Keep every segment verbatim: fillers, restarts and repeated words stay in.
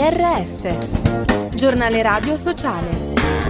R S, giornale radio sociale.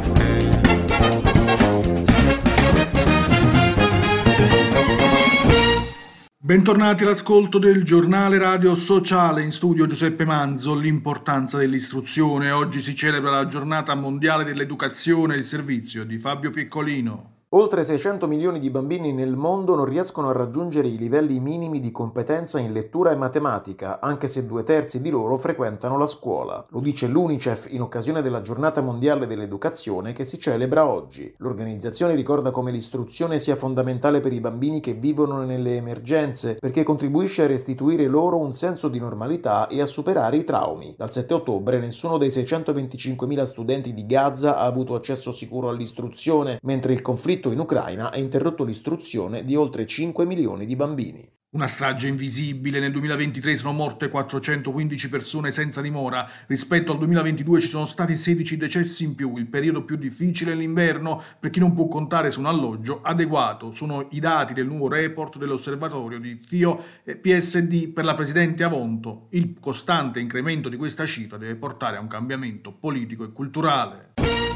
Bentornati all'ascolto del giornale radio sociale, in studio Giuseppe Manzo. L'importanza dell'istruzione. Oggi si celebra la giornata mondiale dell'educazione e il servizio di Fabio Piccolino. Oltre seicento milioni di bambini nel mondo non riescono a raggiungere i livelli minimi di competenza in lettura e matematica, anche se due terzi di loro frequentano la scuola. Lo dice l'UNICEF in occasione della Giornata Mondiale dell'Educazione che si celebra oggi. L'organizzazione ricorda come l'istruzione sia fondamentale per i bambini che vivono nelle emergenze, perché contribuisce a restituire loro un senso di normalità e a superare i traumi. Dal sette ottobre nessuno dei seicentoventicinquemila studenti di Gaza ha avuto accesso sicuro all'istruzione, mentre il conflitto in Ucraina ha interrotto l'istruzione di oltre cinque milioni di bambini. Una strage invisibile. Nel duemilaventitré sono morte quattrocentoquindici persone senza dimora. Rispetto al duemilaventidue ci sono stati sedici decessi in più. Il periodo più difficile è l'inverno per chi non può contare su un alloggio adeguato. Sono i dati del nuovo report dell'osservatorio di F I O e P S D per la presidente Avonto. Il costante incremento di questa cifra deve portare a un cambiamento politico e culturale.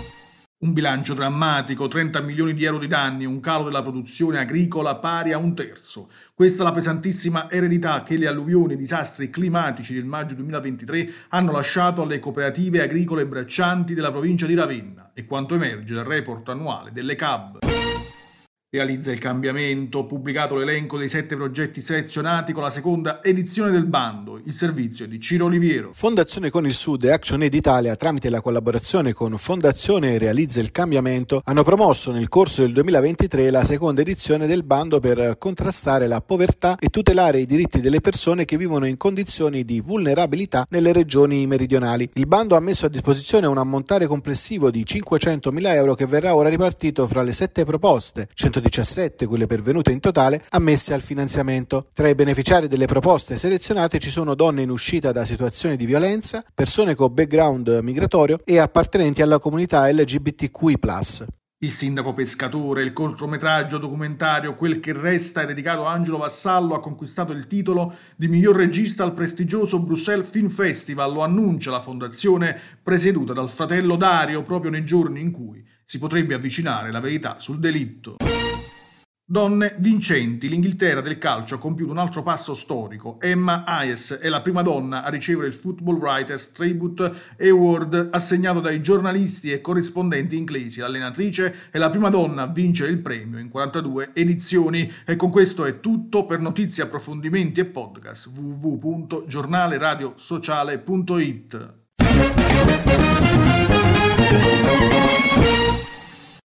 Un bilancio drammatico, trenta milioni di euro di danni, un calo della produzione agricola pari a un terzo. Questa è la pesantissima eredità che le alluvioni e i disastri climatici del maggio duemilaventitré hanno lasciato alle cooperative agricole braccianti della provincia di Ravenna e quanto emerge dal report annuale delle C A B. Realizza il cambiamento, pubblicato l'elenco dei sette progetti selezionati con la seconda edizione del bando, il servizio di Ciro Oliviero. Fondazione Con il Sud e ActionAid Italia, tramite la collaborazione con Fondazione Realizza il Cambiamento, hanno promosso nel corso del duemilaventitré la seconda edizione del bando per contrastare la povertà e tutelare i diritti delle persone che vivono in condizioni di vulnerabilità nelle regioni meridionali. Il bando ha messo a disposizione un ammontare complessivo di cinquecentomila euro che verrà ora ripartito fra le sette proposte, centodiciassette quelle pervenute in totale, ammesse al finanziamento. Tra i beneficiari delle proposte selezionate ci sono donne in uscita da situazioni di violenza, persone con background migratorio e appartenenti alla comunità L G B T Q I plus. Il sindaco pescatore, il cortometraggio documentario Quel che resta è dedicato a Angelo Vassallo, ha conquistato il titolo di miglior regista al prestigioso Bruxelles Film Festival, lo annuncia la fondazione presieduta dal fratello Dario proprio nei giorni in cui si potrebbe avvicinare la verità sul delitto. Donne vincenti. L'Inghilterra del calcio ha compiuto un altro passo storico. Emma Hayes è la prima donna a ricevere il Football Writers Tribute Award assegnato dai giornalisti e corrispondenti inglesi. L'allenatrice è la prima donna a vincere il premio in quarantadue edizioni. E con questo è tutto. Per notizie, approfondimenti e podcast w w w punto giornale radio sociale punto it.